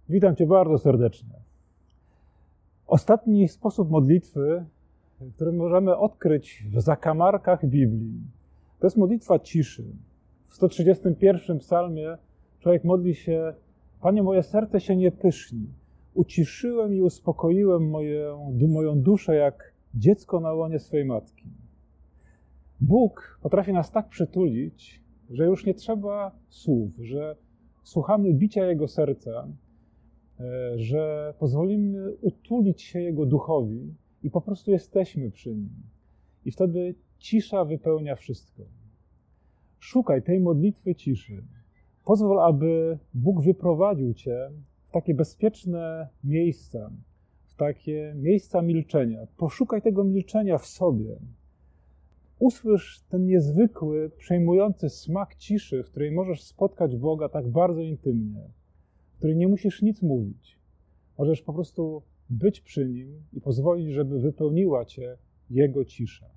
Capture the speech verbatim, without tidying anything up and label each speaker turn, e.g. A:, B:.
A: Witam Cię bardzo serdecznie. Ostatni sposób modlitwy, który możemy odkryć w zakamarkach Biblii, to jest modlitwa ciszy. W sto trzydziestym pierwszym psalmie człowiek modli się: Panie, moje serce się nie pyszni. Uciszyłem i uspokoiłem moją, moją duszę jak dziecko na łonie swej matki. Bóg potrafi nas tak przytulić, że już nie trzeba słów, że słuchamy bicia Jego serca, że pozwolimy utulić się Jego duchowi i po prostu jesteśmy przy Nim. I wtedy cisza wypełnia wszystko. Szukaj tej modlitwy ciszy. Pozwól, aby Bóg wyprowadził Cię w takie bezpieczne miejsca, w takie miejsca milczenia. Poszukaj tego milczenia w sobie. Usłysz ten niezwykły, przejmujący smak ciszy, w której możesz spotkać Boga tak bardzo intymnie, w której nie musisz nic mówić. Możesz po prostu być przy Nim i pozwolić, żeby wypełniła Cię Jego cisza.